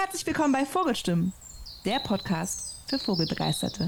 Herzlich willkommen bei Vogelstimmen, der Podcast für Vogelbegeisterte.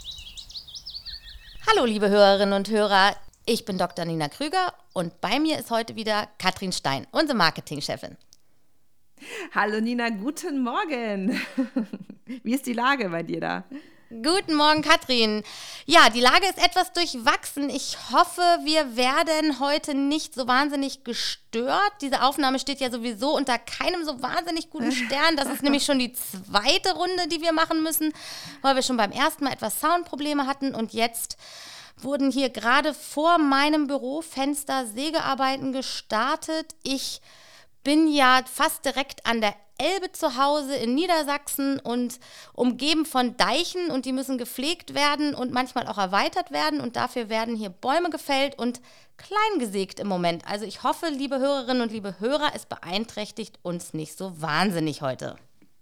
Hallo liebe Hörerinnen und Hörer, ich bin Dr. Nina Krüger und bei mir ist heute wieder Katrin Stein, unsere Marketingchefin. Hallo Nina, guten Morgen. Wie ist die Lage bei dir da? Guten Morgen, Katrin. Ja, die Lage ist etwas durchwachsen. Ich hoffe, wir werden heute nicht so wahnsinnig gestört. Diese Aufnahme steht ja sowieso unter keinem so wahnsinnig guten Stern. Das ist nämlich schon die zweite Runde, die wir machen müssen, weil wir schon beim ersten Mal etwas Soundprobleme hatten. Und jetzt wurden hier gerade vor meinem Bürofenster Sägearbeiten gestartet. Ich bin ja fast direkt an der Elbe zu Hause in Niedersachsen und umgeben von Deichen und die müssen gepflegt werden und manchmal auch erweitert werden und dafür werden hier Bäume gefällt und klein gesägt im Moment. Also ich hoffe, liebe Hörerinnen und liebe Hörer, es beeinträchtigt uns nicht so wahnsinnig heute.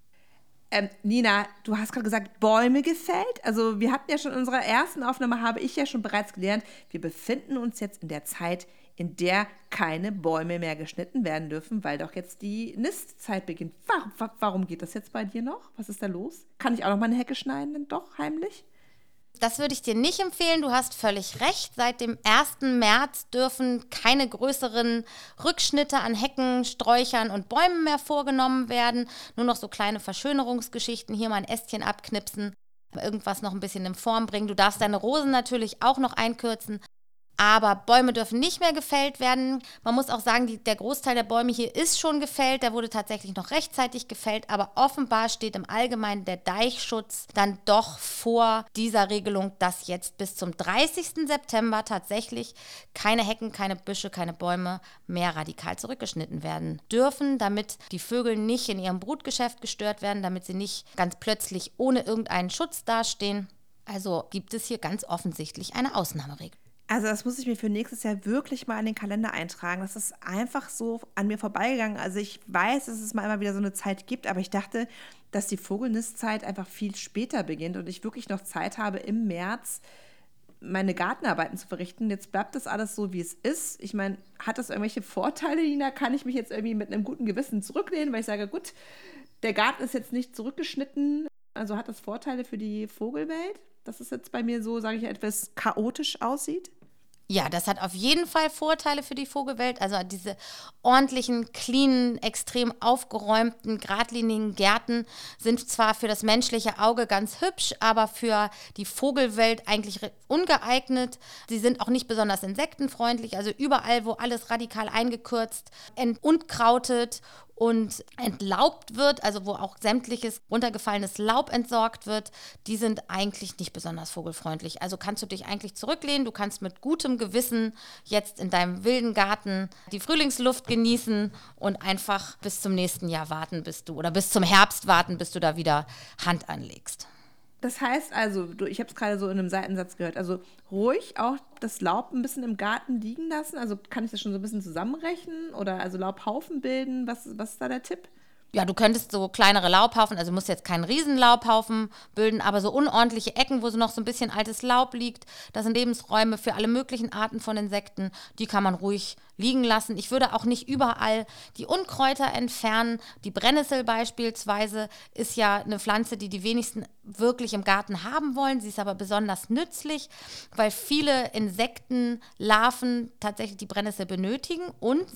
Nina, du hast gerade gesagt, Bäume gefällt. Also wir hatten ja schon in unserer ersten Aufnahme, habe ich ja schon bereits gelernt, wir befinden uns jetzt in der Zeit, in der keine Bäume mehr geschnitten werden dürfen, weil doch jetzt die Nistzeit beginnt. Warum geht das jetzt bei dir noch? Was ist da los? Kann ich auch noch mal eine Hecke schneiden, denn doch heimlich? Das würde ich dir nicht empfehlen, du hast völlig recht. Seit dem 1. März dürfen keine größeren Rückschnitte an Hecken, Sträuchern und Bäumen mehr vorgenommen werden. Nur noch so kleine Verschönerungsgeschichten, hier mal ein Ästchen abknipsen, irgendwas noch ein bisschen in Form bringen. Du darfst deine Rosen natürlich auch noch einkürzen. Aber Bäume dürfen nicht mehr gefällt werden. Man muss auch sagen, der Großteil der Bäume hier ist schon gefällt. Der wurde tatsächlich noch rechtzeitig gefällt. Aber offenbar steht im Allgemeinen der Deichschutz dann doch vor dieser Regelung, dass jetzt bis zum 30. September tatsächlich keine Hecken, keine Büsche, keine Bäume mehr radikal zurückgeschnitten werden dürfen, damit die Vögel nicht in ihrem Brutgeschäft gestört werden, damit sie nicht ganz plötzlich ohne irgendeinen Schutz dastehen. Also gibt es hier ganz offensichtlich eine Ausnahmeregelung. Also das muss ich mir für nächstes Jahr wirklich mal in den Kalender eintragen. Das ist einfach so an mir vorbeigegangen. Also ich weiß, dass es mal immer wieder so eine Zeit gibt, aber ich dachte, dass die Vogelnistzeit einfach viel später beginnt und ich wirklich noch Zeit habe, im März meine Gartenarbeiten zu verrichten. Jetzt bleibt das alles so, wie es ist. Ich meine, hat das irgendwelche Vorteile, Nina? Kann ich mich jetzt irgendwie mit einem guten Gewissen zurücklehnen, weil ich sage, gut, der Garten ist jetzt nicht zurückgeschnitten, also hat das Vorteile für die Vogelwelt? Dass es jetzt bei mir so, sage ich, etwas chaotisch aussieht? Ja, das hat auf jeden Fall Vorteile für die Vogelwelt. Also diese ordentlichen, cleanen, extrem aufgeräumten, geradlinigen Gärten sind zwar für das menschliche Auge ganz hübsch, aber für die Vogelwelt eigentlich ungeeignet. Sie sind auch nicht besonders insektenfreundlich. Also überall, wo alles radikal eingekürzt, unkrautet und entlaubt wird, also wo auch sämtliches runtergefallenes Laub entsorgt wird, die sind eigentlich nicht besonders vogelfreundlich. Also kannst du dich eigentlich zurücklehnen, du kannst mit gutem Gewissen jetzt in deinem wilden Garten die Frühlingsluft genießen und einfach bis zum nächsten Jahr warten, oder bis zum Herbst warten, bis du da wieder Hand anlegst. Das heißt also, ich habe es gerade so in einem Seitensatz gehört, also ruhig auch das Laub ein bisschen im Garten liegen lassen, also kann ich das schon so ein bisschen zusammenrechnen oder also Laubhaufen bilden, was ist da der Tipp? Ja, du könntest so kleinere Laubhaufen, also musst jetzt keinen Riesenlaubhaufen bilden, aber so unordentliche Ecken, wo so noch so ein bisschen altes Laub liegt, das sind Lebensräume für alle möglichen Arten von Insekten, die kann man ruhig liegen lassen. Ich würde auch nicht überall die Unkräuter entfernen. Die Brennnessel beispielsweise ist ja eine Pflanze, die die wenigsten wirklich im Garten haben wollen. Sie ist aber besonders nützlich, weil viele Insektenlarven tatsächlich die Brennnessel benötigen und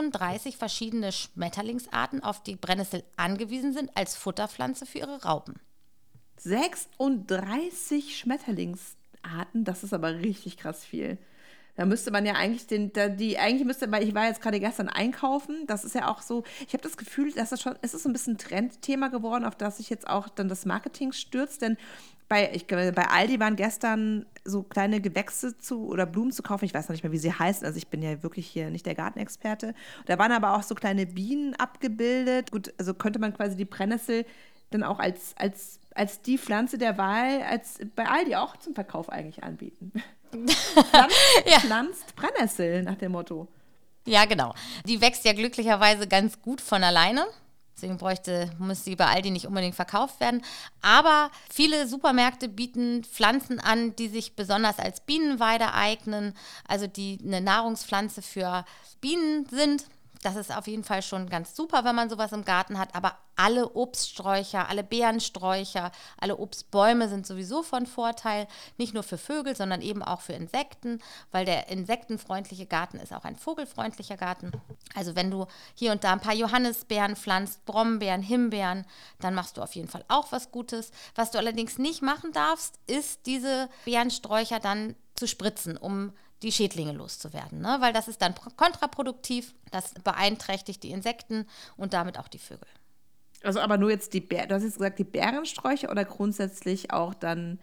36 verschiedene Schmetterlingsarten auf die Brennnessel angewiesen sind als Futterpflanze für ihre Raupen. 36 Schmetterlingsarten, das ist aber richtig krass viel. Da müsste man ja eigentlich weil ich war jetzt gerade gestern einkaufen, das ist ja auch so, ich habe das Gefühl, dass es ist so ein bisschen Trendthema geworden, auf das sich jetzt auch dann das Marketing stürzt, denn bei Aldi waren gestern so kleine Gewächse oder Blumen zu kaufen, ich weiß noch nicht mehr, wie sie heißen, also ich bin ja wirklich hier nicht der Gartenexperte, da waren aber auch so kleine Bienen abgebildet, gut, also könnte man quasi die Brennnessel dann auch als die Pflanze der Wahl, als bei Aldi auch zum Verkauf eigentlich anbieten. Pflanzt Brennnessel nach dem Motto. Ja, genau. Die wächst ja glücklicherweise ganz gut von alleine. Deswegen müsste die bei Aldi nicht unbedingt verkauft werden. Aber viele Supermärkte bieten Pflanzen an, die sich besonders als Bienenweide eignen, also die eine Nahrungspflanze für Bienen sind. Das ist auf jeden Fall schon ganz super, wenn man sowas im Garten hat. Aber alle Obststräucher, alle Beerensträucher, alle Obstbäume sind sowieso von Vorteil. Nicht nur für Vögel, sondern eben auch für Insekten, weil der insektenfreundliche Garten ist auch ein vogelfreundlicher Garten. Also wenn du hier und da ein paar Johannisbeeren pflanzt, Brombeeren, Himbeeren, dann machst du auf jeden Fall auch was Gutes. Was du allerdings nicht machen darfst, ist diese Beerensträucher dann zu spritzen, um die Schädlinge loszuwerden, ne? Weil das ist dann kontraproduktiv, das beeinträchtigt die Insekten und damit auch die Vögel. Also aber nur jetzt du hast jetzt gesagt, die Beerensträucher oder grundsätzlich auch dann,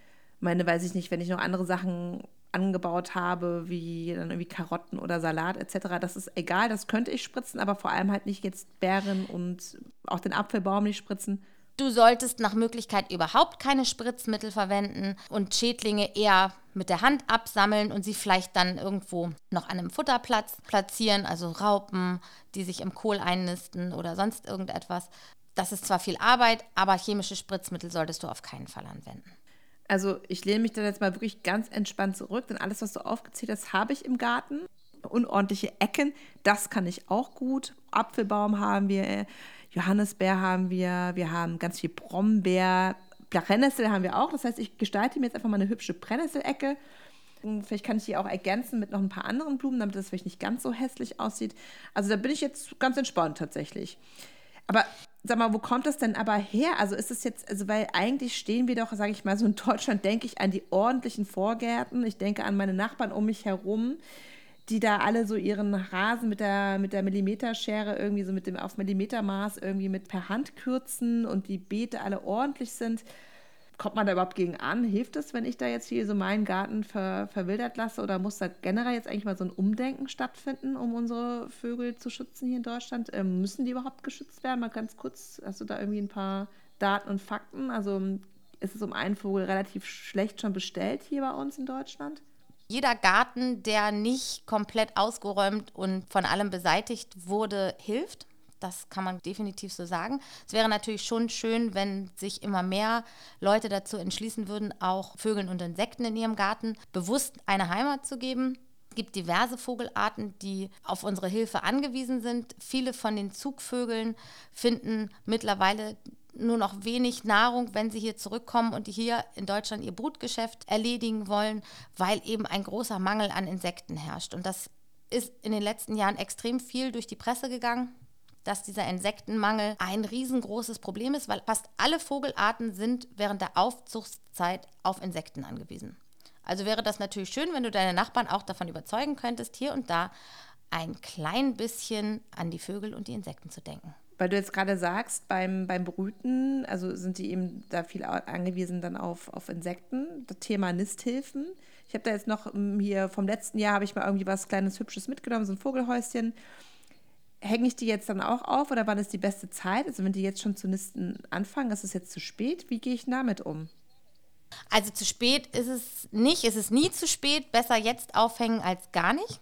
weiß ich nicht, wenn ich noch andere Sachen angebaut habe, wie dann irgendwie Karotten oder Salat etc., das ist egal, das könnte ich spritzen, aber vor allem halt nicht jetzt Beeren und auch den Apfelbaum nicht spritzen. Du solltest nach Möglichkeit überhaupt keine Spritzmittel verwenden und Schädlinge eher mit der Hand absammeln und sie vielleicht dann irgendwo noch an einem Futterplatz platzieren, also Raupen, die sich im Kohl einnisten oder sonst irgendetwas. Das ist zwar viel Arbeit, aber chemische Spritzmittel solltest du auf keinen Fall anwenden. Also ich lehne mich dann jetzt mal wirklich ganz entspannt zurück, denn alles, was du aufgezählt hast, habe ich im Garten. Unordentliche Ecken, das kann ich auch gut. Apfelbaum haben wir, Johannisbeer haben wir haben ganz viel Brombeer, Brennnessel haben wir auch. Das heißt, ich gestalte mir jetzt einfach mal eine hübsche Brennnesselecke. Vielleicht kann ich die auch ergänzen mit noch ein paar anderen Blumen, damit das vielleicht nicht ganz so hässlich aussieht. Also da bin ich jetzt ganz entspannt tatsächlich. Aber sag mal, wo kommt das denn aber her? Also ist es jetzt, also weil eigentlich stehen wir doch, sage ich mal, so in Deutschland, denke ich an die ordentlichen Vorgärten. Ich denke an meine Nachbarn um mich herum, die da alle so ihren Rasen mit der Millimeterschere irgendwie so mit dem auf Millimetermaß irgendwie mit per Hand kürzen und die Beete alle ordentlich sind. Kommt man da überhaupt gegen an? Hilft es, wenn ich da jetzt hier so meinen Garten verwildert lasse oder muss da generell jetzt eigentlich mal so ein Umdenken stattfinden, um unsere Vögel zu schützen hier in Deutschland? Müssen die überhaupt geschützt werden? Mal ganz kurz, hast du da irgendwie ein paar Daten und Fakten? Also ist es um einen Vogel relativ schlecht schon bestellt hier bei uns in Deutschland? Jeder Garten, der nicht komplett ausgeräumt und von allem beseitigt wurde, hilft. Das kann man definitiv so sagen. Es wäre natürlich schon schön, wenn sich immer mehr Leute dazu entschließen würden, auch Vögeln und Insekten in ihrem Garten bewusst eine Heimat zu geben. Es gibt diverse Vogelarten, die auf unsere Hilfe angewiesen sind. Viele von den Zugvögeln finden mittlerweile nur noch wenig Nahrung, wenn sie hier zurückkommen und die hier in Deutschland ihr Brutgeschäft erledigen wollen, weil eben ein großer Mangel an Insekten herrscht. Und das ist in den letzten Jahren extrem viel durch die Presse gegangen, dass dieser Insektenmangel ein riesengroßes Problem ist, weil fast alle Vogelarten sind während der Aufzuchtszeit auf Insekten angewiesen. Also wäre das natürlich schön, wenn du deine Nachbarn auch davon überzeugen könntest, hier und da ein klein bisschen an die Vögel und die Insekten zu denken. Weil du jetzt gerade sagst, beim Brüten, also sind die eben da viel angewiesen dann auf Insekten. Das Thema Nisthilfen. Ich habe da jetzt noch hier vom letzten Jahr, habe ich mal irgendwie was Kleines, Hübsches mitgenommen, so ein Vogelhäuschen. Hänge ich die jetzt dann auch auf oder wann ist die beste Zeit? Also wenn die jetzt schon zu nisten anfangen, ist es jetzt zu spät? Wie gehe ich damit um? Also zu spät ist es nicht, es ist nie zu spät. Besser jetzt aufhängen als gar nicht.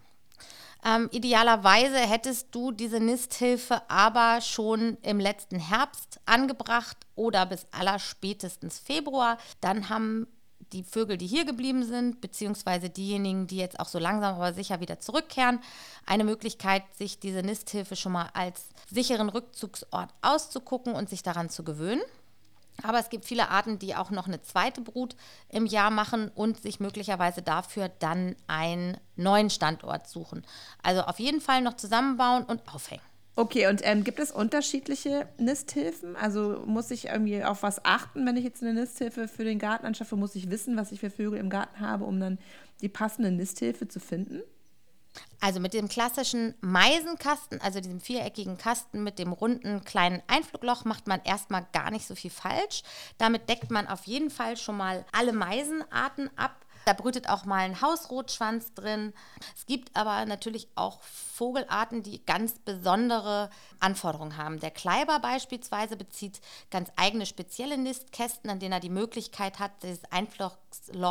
Idealerweise hättest du diese Nisthilfe aber schon im letzten Herbst angebracht oder bis allerspätestens Februar. Dann haben die Vögel, die hier geblieben sind, beziehungsweise diejenigen, die jetzt auch so langsam aber sicher wieder zurückkehren, eine Möglichkeit, sich diese Nisthilfe schon mal als sicheren Rückzugsort auszugucken und sich daran zu gewöhnen. Aber es gibt viele Arten, die auch noch eine zweite Brut im Jahr machen und sich möglicherweise dafür dann einen neuen Standort suchen. Also auf jeden Fall noch zusammenbauen und aufhängen. Okay, und gibt es unterschiedliche Nisthilfen? Also muss ich irgendwie auf was achten, wenn ich jetzt eine Nisthilfe für den Garten anschaffe? Muss ich wissen, was ich für Vögel im Garten habe, um dann die passende Nisthilfe zu finden? Also mit dem klassischen Meisenkasten, also diesem viereckigen Kasten mit dem runden kleinen Einflugloch, macht man erstmal gar nicht so viel falsch. Damit deckt man auf jeden Fall schon mal alle Meisenarten ab. Da brütet auch mal ein Hausrotschwanz drin. Es gibt aber natürlich auch Vogelarten, die ganz besondere Anforderungen haben. Der Kleiber beispielsweise bezieht ganz eigene spezielle Nistkästen, an denen er die Möglichkeit hat, dieses Einflugloch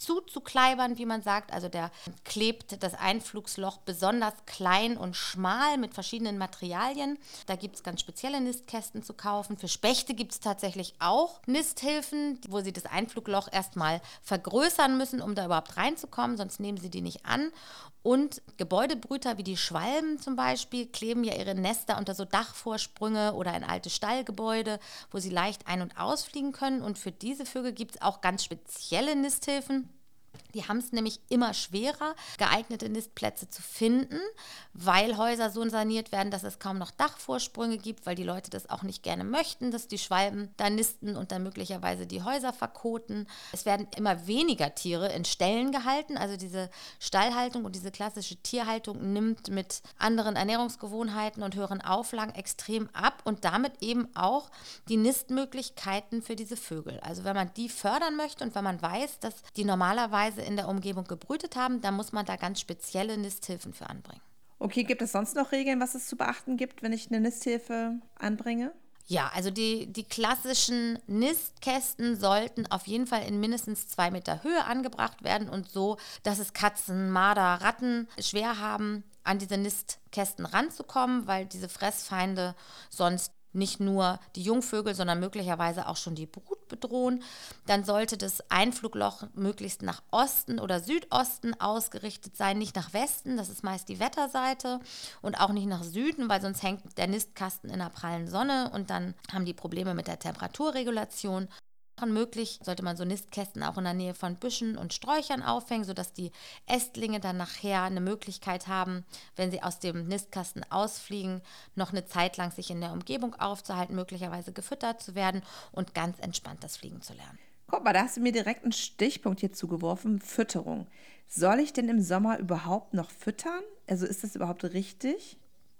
zuzukleibern, wie man sagt. Also der klebt das Einflugsloch besonders klein und schmal mit verschiedenen Materialien. Da gibt es ganz spezielle Nistkästen zu kaufen. Für Spechte gibt es tatsächlich auch Nisthilfen, wo sie das Einflugloch erstmal vergrößern müssen, um da überhaupt reinzukommen, sonst nehmen sie die nicht an. Und Gebäudebrüter wie die Schwalben zum Beispiel kleben ja ihre Nester unter so Dachvorsprünge oder in alte Stallgebäude, wo sie leicht ein- und ausfliegen können. Und für diese Vögel gibt es auch ganz spezielle Nisthilfen. Die haben es nämlich immer schwerer, geeignete Nistplätze zu finden, weil Häuser so saniert werden, dass es kaum noch Dachvorsprünge gibt, weil die Leute das auch nicht gerne möchten, dass die Schwalben da nisten und dann möglicherweise die Häuser verkoten. Es werden immer weniger Tiere in Ställen gehalten, also diese Stallhaltung und diese klassische Tierhaltung nimmt mit anderen Ernährungsgewohnheiten und höheren Auflagen extrem ab und damit eben auch die Nistmöglichkeiten für diese Vögel. Also wenn man die fördern möchte und wenn man weiß, dass die normalerweise in der Umgebung gebrütet haben, dann muss man da ganz spezielle Nisthilfen für anbringen. Okay, gibt es sonst noch Regeln, was es zu beachten gibt, wenn ich eine Nisthilfe anbringe? Ja, also die klassischen Nistkästen sollten auf jeden Fall in mindestens 2 Meter Höhe angebracht werden und so, dass es Katzen, Marder, Ratten schwer haben, an diese Nistkästen ranzukommen, weil diese Fressfeinde sonst nicht nur die Jungvögel, sondern möglicherweise auch schon die Brut bedrohen. Dann sollte das Einflugloch möglichst nach Osten oder Südosten ausgerichtet sein, nicht nach Westen, das ist meist die Wetterseite, und auch nicht nach Süden, weil sonst hängt der Nistkasten in der prallen Sonne und dann haben die Probleme mit der Temperaturregulation. Möglich sollte man so Nistkästen auch in der Nähe von Büschen und Sträuchern aufhängen, sodass die Ästlinge dann nachher eine Möglichkeit haben, wenn sie aus dem Nistkasten ausfliegen, noch eine Zeit lang sich in der Umgebung aufzuhalten, möglicherweise gefüttert zu werden und ganz entspannt das Fliegen zu lernen. Guck mal, da hast du mir direkt einen Stichpunkt hier zugeworfen, Fütterung. Soll ich denn im Sommer überhaupt noch füttern? Also ist das überhaupt richtig?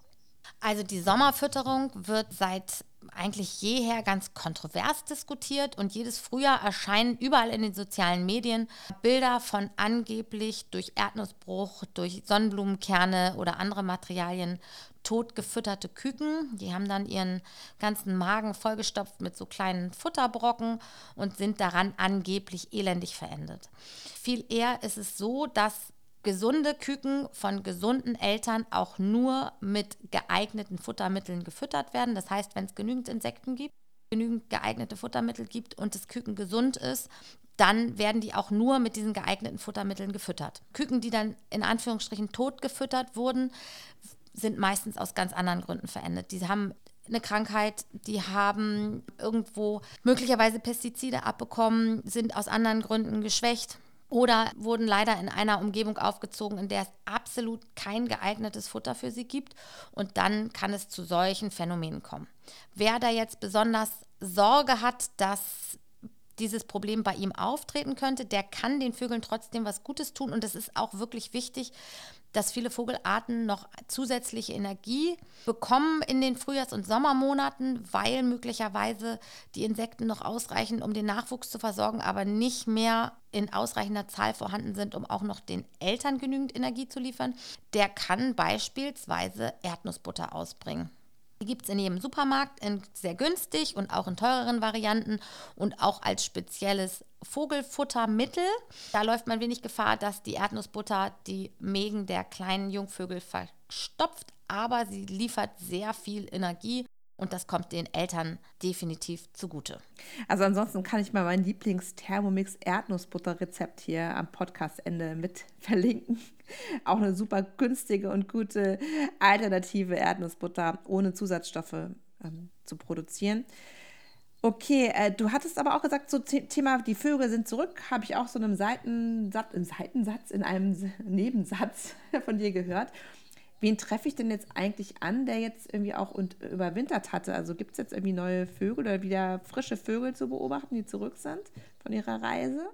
Also die Sommerfütterung wird seit eigentlich jeher ganz kontrovers diskutiert und jedes Frühjahr erscheinen überall in den sozialen Medien Bilder von angeblich durch Erdnussbruch, durch Sonnenblumenkerne oder andere Materialien tot gefütterte Küken. Die haben dann ihren ganzen Magen vollgestopft mit so kleinen Futterbrocken und sind daran angeblich elendig verendet. Viel eher ist es so, dass gesunde Küken von gesunden Eltern auch nur mit geeigneten Futtermitteln gefüttert werden. Das heißt, wenn es genügend Insekten gibt, genügend geeignete Futtermittel gibt und das Küken gesund ist, dann werden die auch nur mit diesen geeigneten Futtermitteln gefüttert. Küken, die dann in Anführungsstrichen tot gefüttert wurden, sind meistens aus ganz anderen Gründen verendet. Die haben eine Krankheit, die haben irgendwo möglicherweise Pestizide abbekommen, sind aus anderen Gründen geschwächt. Oder wurden leider in einer Umgebung aufgezogen, in der es absolut kein geeignetes Futter für sie gibt. Und dann kann es zu solchen Phänomenen kommen. Wer da jetzt besonders Sorge hat, dass dieses Problem bei ihm auftreten könnte, der kann den Vögeln trotzdem was Gutes tun. Und es ist auch wirklich wichtig, dass viele Vogelarten noch zusätzliche Energie bekommen in den Frühjahrs- und Sommermonaten, weil möglicherweise die Insekten noch ausreichen, um den Nachwuchs zu versorgen, aber nicht mehr in ausreichender Zahl vorhanden sind, um auch noch den Eltern genügend Energie zu liefern. Der kann beispielsweise Erdnussbutter ausbringen. Die gibt es in jedem Supermarkt, sehr günstig und auch in teureren Varianten und auch als spezielles Vogelfuttermittel. Da läuft man wenig Gefahr, dass die Erdnussbutter die Mägen der kleinen Jungvögel verstopft, aber sie liefert sehr viel Energie und das kommt den Eltern definitiv zugute. Also ansonsten kann ich mal mein Lieblings-Thermomix-Erdnussbutter-Rezept hier am Podcastende mit verlinken. Auch eine super günstige und gute alternative Erdnussbutter ohne Zusatzstoffe zu produzieren. Okay, du hattest aber auch gesagt, so Thema, die Vögel sind zurück, habe ich auch so in einem Seitensatz, in einem Nebensatz von dir gehört. Wen treffe ich denn jetzt eigentlich an, der jetzt irgendwie auch überwintert hatte? Also gibt es jetzt irgendwie neue Vögel oder wieder frische Vögel zu beobachten, die zurück sind von ihrer Reise?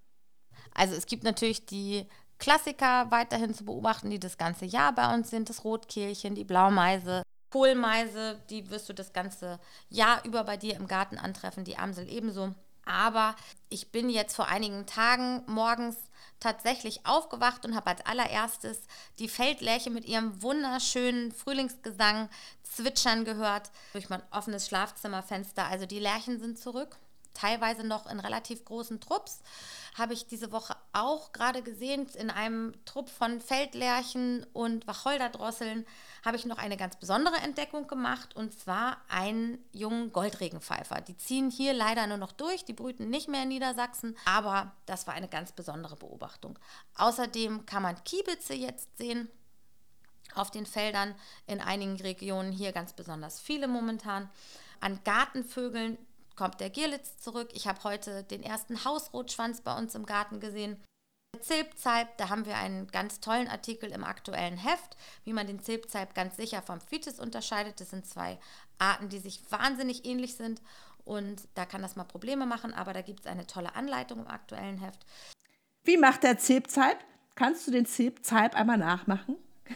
Also es gibt natürlich die Klassiker weiterhin zu beobachten, die das ganze Jahr bei uns sind. Das Rotkehlchen, die Blaumeise, Kohlmeise, die wirst du das ganze Jahr über bei dir im Garten antreffen, die Amsel ebenso. Aber ich bin jetzt vor einigen Tagen morgens tatsächlich aufgewacht und habe als allererstes die Feldlerche mit ihrem wunderschönen Frühlingsgesang zwitschern gehört durch mein offenes Schlafzimmerfenster. Also die Lerchen sind zurück teilweise noch in relativ großen Trupps. Habe ich diese Woche auch gerade gesehen, in einem Trupp von Feldlerchen und Wacholderdrosseln habe ich noch eine ganz besondere Entdeckung gemacht, und zwar einen jungen Goldregenpfeifer. Die ziehen hier leider nur noch durch, die brüten nicht mehr in Niedersachsen, aber das war eine ganz besondere Beobachtung. Außerdem kann man Kiebitze jetzt sehen auf den Feldern, in einigen Regionen hier ganz besonders viele momentan. An Gartenvögeln kommt der Girlitz zurück. Ich habe heute den ersten Hausrotschwanz bei uns im Garten gesehen. Zilpzalp, da haben wir einen ganz tollen Artikel im aktuellen Heft, wie man den Zilpzalp ganz sicher vom Vitis unterscheidet. Das sind 2 Arten, die sich wahnsinnig ähnlich sind, und da kann das mal Probleme machen, aber da gibt es eine tolle Anleitung im aktuellen Heft. Wie macht der Zilpzalp? Kannst du den Zilpzalp einmal nachmachen?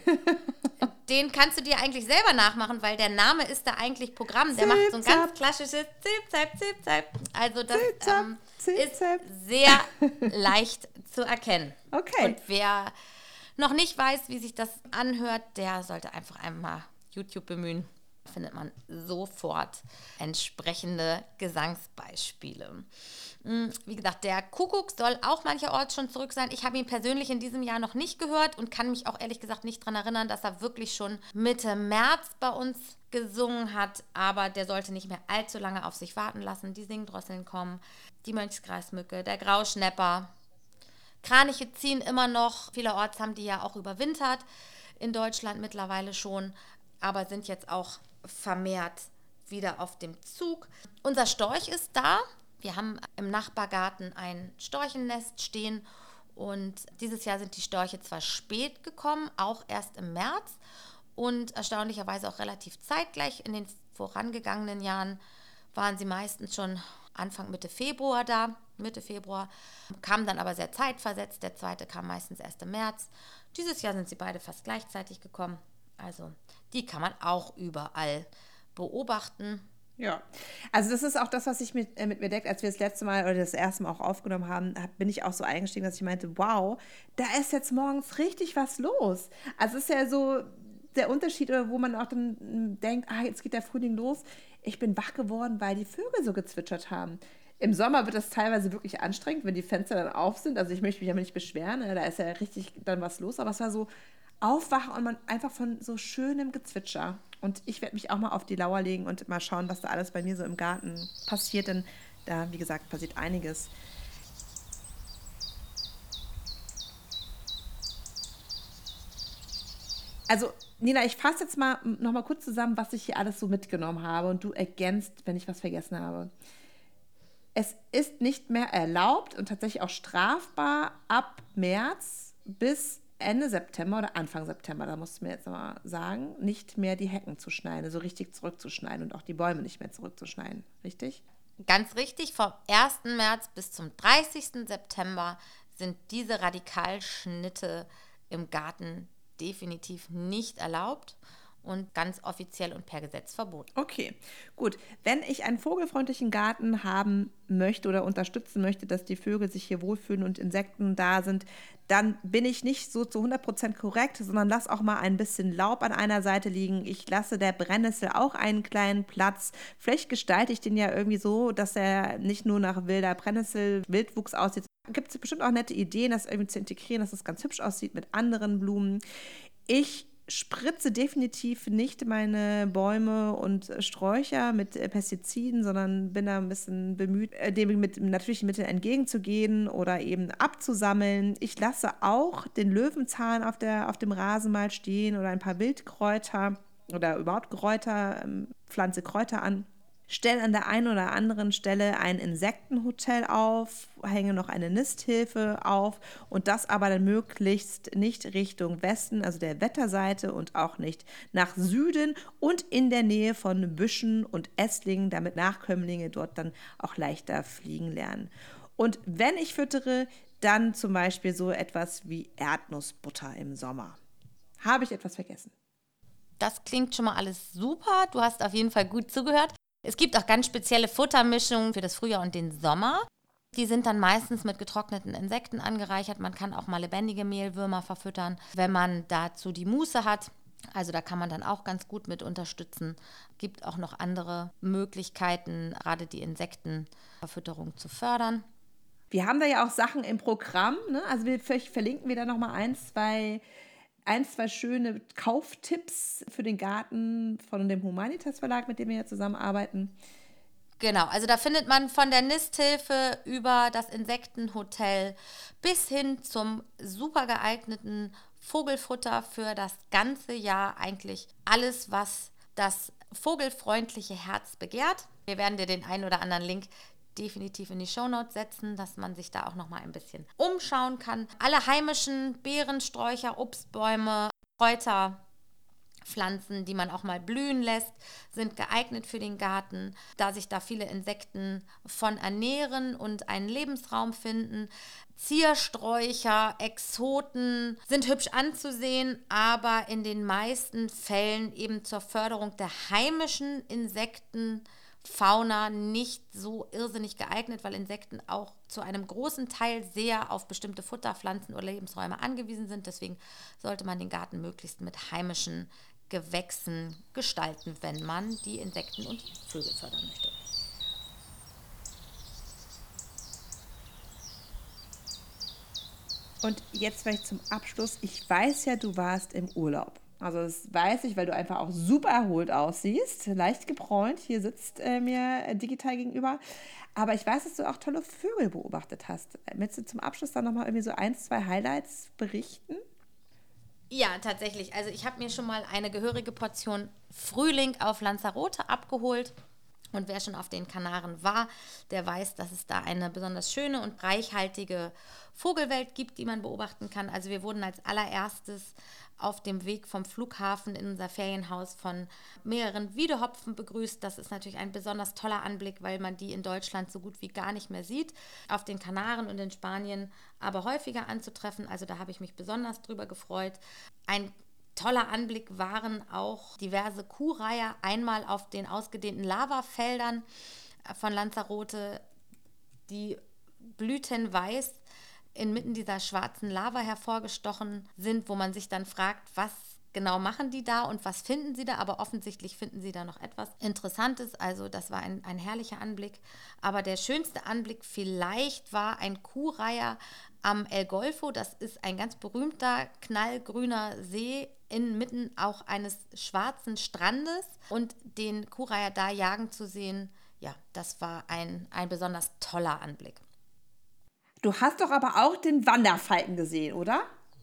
Den kannst du dir eigentlich selber nachmachen, weil der Name ist da eigentlich Programm. Der macht so ein ganz klassisches Zilpzalp, Zilpzalp. Also das ist sehr leicht zu erkennen. Okay. Und wer noch nicht weiß, wie sich das anhört, der sollte einfach einmal YouTube bemühen. Da findet man sofort entsprechende Gesangsbeispiele. Wie gesagt, der Kuckuck soll auch mancherorts schon zurück sein. Ich habe ihn persönlich in diesem Jahr noch nicht gehört und kann mich auch ehrlich gesagt nicht daran erinnern, dass er wirklich schon Mitte März bei uns gesungen hat. Aber der sollte nicht mehr allzu lange auf sich warten lassen. Die Singdrosseln kommen, die Mönchskreismücke, der Grauschnepper. Kraniche ziehen immer noch. Vielerorts haben die ja auch überwintert. In Deutschland mittlerweile schon. Aber sind jetzt auch vermehrt wieder auf dem Zug. Unser Storch ist da. Wir haben im Nachbargarten ein Storchennest stehen, und dieses Jahr sind die Störche zwar spät gekommen, auch erst im März, und erstaunlicherweise auch relativ zeitgleich. In den vorangegangenen Jahren waren sie meistens schon Anfang Mitte Februar da, kamen dann aber sehr zeitversetzt. Der zweite kam meistens erst im März. Dieses Jahr sind sie beide fast gleichzeitig gekommen. Also die kann man auch überall beobachten. Ja, also das ist auch das, was ich mit mir denke, als wir das letzte Mal oder das erste Mal auch aufgenommen haben, bin ich auch so eingestiegen, dass ich meinte, wow, da ist jetzt morgens richtig was los. Also es ist ja so der Unterschied, wo man auch dann denkt, jetzt geht der Frühling los. Ich bin wach geworden, weil die Vögel so gezwitschert haben. Im Sommer wird das teilweise wirklich anstrengend, wenn die Fenster dann auf sind. Also ich möchte mich aber nicht beschweren, da ist ja richtig dann was los, aber es war so aufwachen und man einfach von so schönem Gezwitscher. Und ich werde mich auch mal auf die Lauer legen und mal schauen, was da alles bei mir so im Garten passiert. Denn da, wie gesagt, passiert einiges. Also, Nina, ich fasse jetzt mal noch mal kurz zusammen, was ich hier alles so mitgenommen habe. Und du ergänzt, wenn ich was vergessen habe. Es ist nicht mehr erlaubt und tatsächlich auch strafbar ab März bis Ende September oder Anfang September, da musst du mir jetzt mal sagen, nicht mehr die Hecken zu schneiden, so richtig zurückzuschneiden und auch die Bäume nicht mehr zurückzuschneiden, richtig? Ganz richtig, vom 1. März bis zum 30. September sind diese Radikalschnitte im Garten definitiv nicht erlaubt und ganz offiziell und per Gesetz verboten. Okay, gut. Wenn ich einen vogelfreundlichen Garten haben möchte oder unterstützen möchte, dass die Vögel sich hier wohlfühlen und Insekten da sind, dann bin ich nicht so zu 100% korrekt, sondern lass auch mal ein bisschen Laub an einer Seite liegen. Ich lasse der Brennnessel auch einen kleinen Platz. Vielleicht gestalte ich den ja irgendwie so, dass er nicht nur nach wilder Brennnessel, Wildwuchs aussieht. Gibt es bestimmt auch nette Ideen, das irgendwie zu integrieren, dass es ganz hübsch aussieht mit anderen Blumen. Ich spritze definitiv nicht meine Bäume und Sträucher mit Pestiziden, sondern bin da ein bisschen bemüht, dem mit natürlichen Mitteln entgegenzugehen oder eben abzusammeln. Ich lasse auch den Löwenzahn auf dem Rasen mal stehen oder ein paar Wildkräuter oder überhaupt Kräuter, pflanze Kräuter an. Stelle an der einen oder anderen Stelle ein Insektenhotel auf, hänge noch eine Nisthilfe auf und das aber dann möglichst nicht Richtung Westen, also der Wetterseite und auch nicht nach Süden und in der Nähe von Büschen und Esslingen, damit Nachkömmlinge dort dann auch leichter fliegen lernen. Und wenn ich füttere, dann zum Beispiel so etwas wie Erdnussbutter im Sommer. Habe ich etwas vergessen? Das klingt schon mal alles super. Du hast auf jeden Fall gut zugehört. Es gibt auch ganz spezielle Futtermischungen für das Frühjahr und den Sommer. Die sind dann meistens mit getrockneten Insekten angereichert. Man kann auch mal lebendige Mehlwürmer verfüttern, wenn man dazu die Muße hat. Also da kann man dann auch ganz gut mit unterstützen. Gibt auch noch andere Möglichkeiten, gerade die Insektenverfütterung zu fördern. Wir haben da ja auch Sachen im Programm, ne? Also vielleicht verlinken wir da nochmal ein, zwei schöne Kauftipps für den Garten von dem Humanitas Verlag, mit dem wir ja zusammenarbeiten. Genau, also da findet man von der Nisthilfe über das Insektenhotel bis hin zum super geeigneten Vogelfutter für das ganze Jahr eigentlich alles, was das vogelfreundliche Herz begehrt. Wir werden dir den einen oder anderen Link definitiv in die Shownotes setzen, dass man sich da auch noch mal ein bisschen umschauen kann. Alle heimischen Beeren, Sträucher, Obstbäume, Kräuter, Pflanzen, die man auch mal blühen lässt, sind geeignet für den Garten, da sich da viele Insekten von ernähren und einen Lebensraum finden. Ziersträucher, Exoten sind hübsch anzusehen, aber in den meisten Fällen eben zur Förderung der heimischen Insektenfauna nicht so irrsinnig geeignet, weil Insekten auch zu einem großen Teil sehr auf bestimmte Futterpflanzen oder Lebensräume angewiesen sind. Deswegen sollte man den Garten möglichst mit heimischen Gewächsen gestalten, wenn man die Insekten und Vögel fördern möchte. Und jetzt vielleicht zum Abschluss. Ich weiß ja, du warst im Urlaub. Also das weiß ich, weil du einfach auch super erholt aussiehst. Leicht gebräunt. Hier sitzt mir digital gegenüber. Aber ich weiß, dass du auch tolle Vögel beobachtet hast. Willst du zum Abschluss dann nochmal irgendwie so 1, 2 Highlights berichten? Ja, tatsächlich. Also ich habe mir schon mal eine gehörige Portion Frühling auf Lanzarote abgeholt. Und wer schon auf den Kanaren war, der weiß, dass es da eine besonders schöne und reichhaltige Vogelwelt gibt, die man beobachten kann. Also wir wurden als allererstes auf dem Weg vom Flughafen in unser Ferienhaus von mehreren Wiedehopfen begrüßt. Das ist natürlich ein besonders toller Anblick, weil man die in Deutschland so gut wie gar nicht mehr sieht. Auf den Kanaren und in Spanien aber häufiger anzutreffen. Also da habe ich mich besonders drüber gefreut. Ein toller Anblick waren auch diverse Kuhreiher, einmal auf den ausgedehnten Lavafeldern von Lanzarote, die blütenweiß inmitten dieser schwarzen Lava hervorgestochen sind, wo man sich dann fragt, was genau machen die da und was finden sie da, aber offensichtlich finden sie da noch etwas Interessantes, also das war ein herrlicher Anblick, aber der schönste Anblick vielleicht war ein Kuhreiher am El Golfo, das ist ein ganz berühmter knallgrüner See inmitten auch eines schwarzen Strandes und den Kuhreiher da jagen zu sehen, ja, das war ein besonders toller Anblick. Du hast doch aber auch den Wanderfalken gesehen, oder?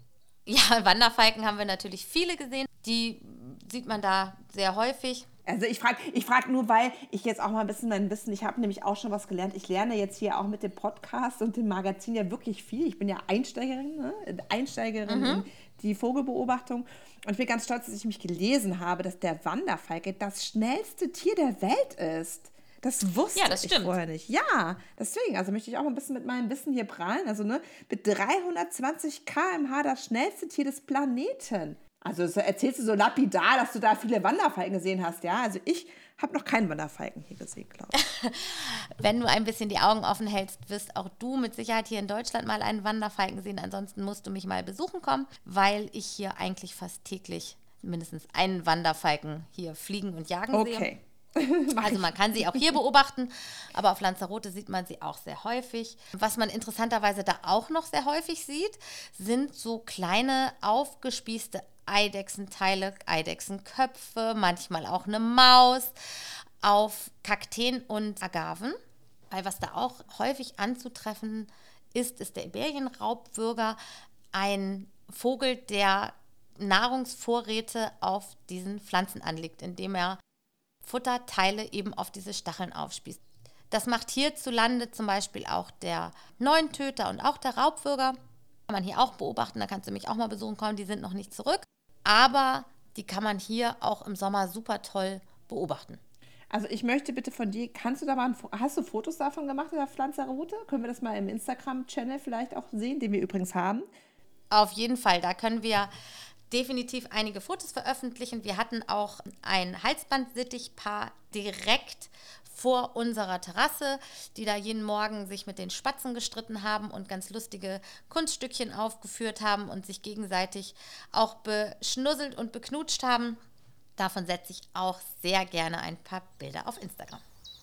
Ja, Wanderfalken haben wir natürlich viele gesehen. Die sieht man da sehr häufig. Also ich frag nur, weil ich jetzt auch mal ein bisschen mein Wissen, ich habe nämlich auch schon was gelernt. Ich lerne jetzt hier auch mit dem Podcast und dem Magazin ja wirklich viel. Ich bin ja Einsteigerin, ne? Einsteigerin in die Vogelbeobachtung. Und ich bin ganz stolz, dass ich mich gelesen habe, dass der Wanderfalke das schnellste Tier der Welt ist. Das wusste ich vorher nicht. Ja, deswegen, also möchte ich auch mal ein bisschen mit meinem Wissen hier prahlen. Also ne, mit 320 km/h das schnellste Tier des Planeten. Also das erzählst du so lapidar, dass du da viele Wanderfalken gesehen hast, ja? Also ich habe noch keinen Wanderfalken hier gesehen, glaube ich. Wenn du ein bisschen die Augen offen hältst, wirst auch du mit Sicherheit hier in Deutschland mal einen Wanderfalken sehen. Ansonsten musst du mich mal besuchen kommen, weil ich hier eigentlich fast täglich mindestens einen Wanderfalken hier fliegen und jagen sehe. Okay. Also man kann sie auch hier beobachten, aber auf Lanzarote sieht man sie auch sehr häufig. Was man interessanterweise da auch noch sehr häufig sieht, sind so kleine aufgespießte Eidechsenteile, Eidechsenköpfe, manchmal auch eine Maus auf Kakteen und Agaven. Weil was da auch häufig anzutreffen ist der Iberienraubwürger, ein Vogel, der Nahrungsvorräte auf diesen Pflanzen anlegt, indem er Futterteile eben auf diese Stacheln aufspießt. Das macht hierzulande zum Beispiel auch der Neuntöter und auch der Raubwürger. Kann man hier auch beobachten, da kannst du mich auch mal besuchen kommen, die sind noch nicht zurück. Aber die kann man hier auch im Sommer super toll beobachten. Also ich möchte bitte von dir, hast du Fotos davon gemacht in der Lanzarote? Können wir das mal im Instagram-Channel vielleicht auch sehen, den wir übrigens haben? Auf jeden Fall, da können wir definitiv einige Fotos veröffentlichen. Wir hatten auch ein Halsbandsittichpaar direkt vor unserer Terrasse, die da jeden Morgen sich mit den Spatzen gestritten haben und ganz lustige Kunststückchen aufgeführt haben und sich gegenseitig auch beschnusselt und beknutscht haben. Davon setze ich auch sehr gerne ein paar Bilder auf Instagram.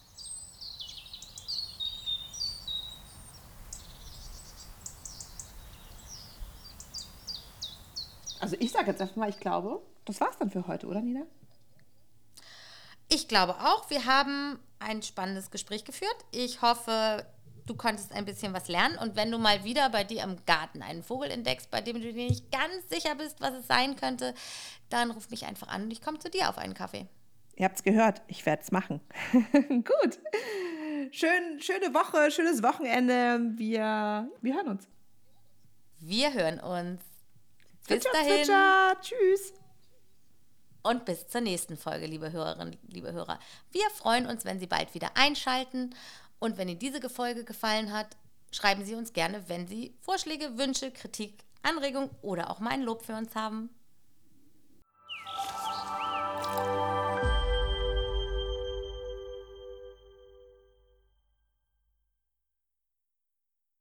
Also ich sage jetzt einfach mal, ich glaube, das war's dann für heute, oder Nina? Ich glaube auch, wir haben ein spannendes Gespräch geführt. Ich hoffe, du konntest ein bisschen was lernen. Und wenn du mal wieder bei dir im Garten einen Vogel entdeckst, bei dem du dir nicht ganz sicher bist, was es sein könnte, dann ruf mich einfach an und ich komme zu dir auf einen Kaffee. Ihr habt's gehört, ich werde es machen. Gut. Schöne Woche, schönes Wochenende. Wir hören uns. Wir hören uns. Bis Zwitscher, dahin. Zwitscher. Tschüss. Und bis zur nächsten Folge, liebe Hörerinnen, liebe Hörer. Wir freuen uns, wenn Sie bald wieder einschalten. Und wenn Ihnen diese Folge gefallen hat, schreiben Sie uns gerne, wenn Sie Vorschläge, Wünsche, Kritik, Anregungen oder auch mal ein Lob für uns haben.